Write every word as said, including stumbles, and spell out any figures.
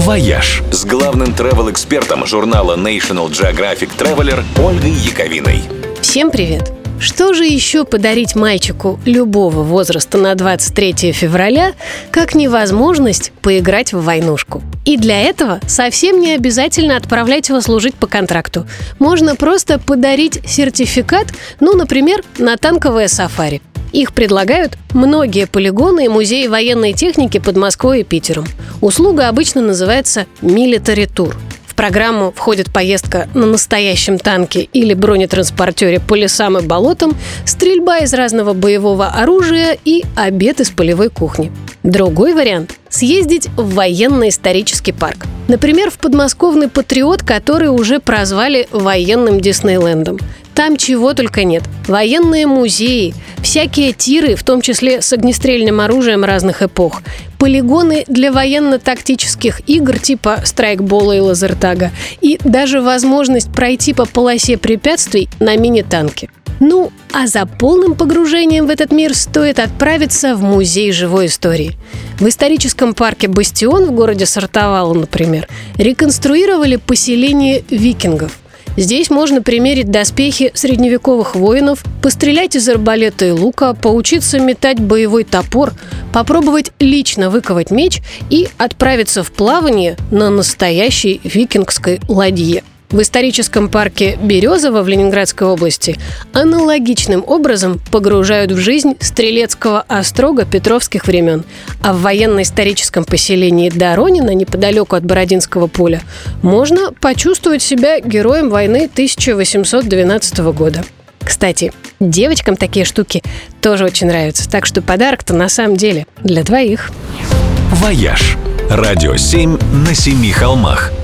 «Вояж» с главным travel-экспертом журнала National Geographic Traveler Ольгой Яковиной. Всем привет! Что же еще подарить мальчику любого возраста на двадцать третьего февраля, как невозможность поиграть в войнушку? И для этого совсем не обязательно отправлять его служить по контракту. Можно просто подарить сертификат, ну, например, на танковое сафари. Их предлагают многие полигоны и музеи военной техники под Москвой и Питером. Услуга обычно называется «Military Tour». В программу входит поездка на настоящем танке или бронетранспортере по лесам и болотам, стрельба из разного боевого оружия и обед из полевой кухни. Другой вариант – съездить в военно-исторический парк. Например, в подмосковный «Патриот», который уже прозвали военным Диснейлендом. Там чего только нет. Военные музеи, всякие тиры, в том числе с огнестрельным оружием разных эпох, полигоны для военно-тактических игр типа страйкбола и лазертага и даже возможность пройти по полосе препятствий на мини-танке. Ну, а за полным погружением в этот мир стоит отправиться в музей живой истории. В историческом парке «Бастион» в городе Сартовало, например, реконструировали поселение викингов. Здесь можно примерить доспехи средневековых воинов, пострелять из арбалета и лука, поучиться метать боевой топор, попробовать лично выковать меч и отправиться в плавание на настоящей викингской ладье. В историческом парке «Березово» в Ленинградской области аналогичным образом погружают в жизнь стрелецкого острога петровских времен, а в военно-историческом поселении Доронина, неподалеку от Бородинского поля, можно почувствовать себя героем войны тысяча восемьсот двенадцатого года. Кстати, девочкам такие штуки тоже очень нравятся, так что подарок-то на самом деле для двоих. «Вояж» – радио семь на семи холмах.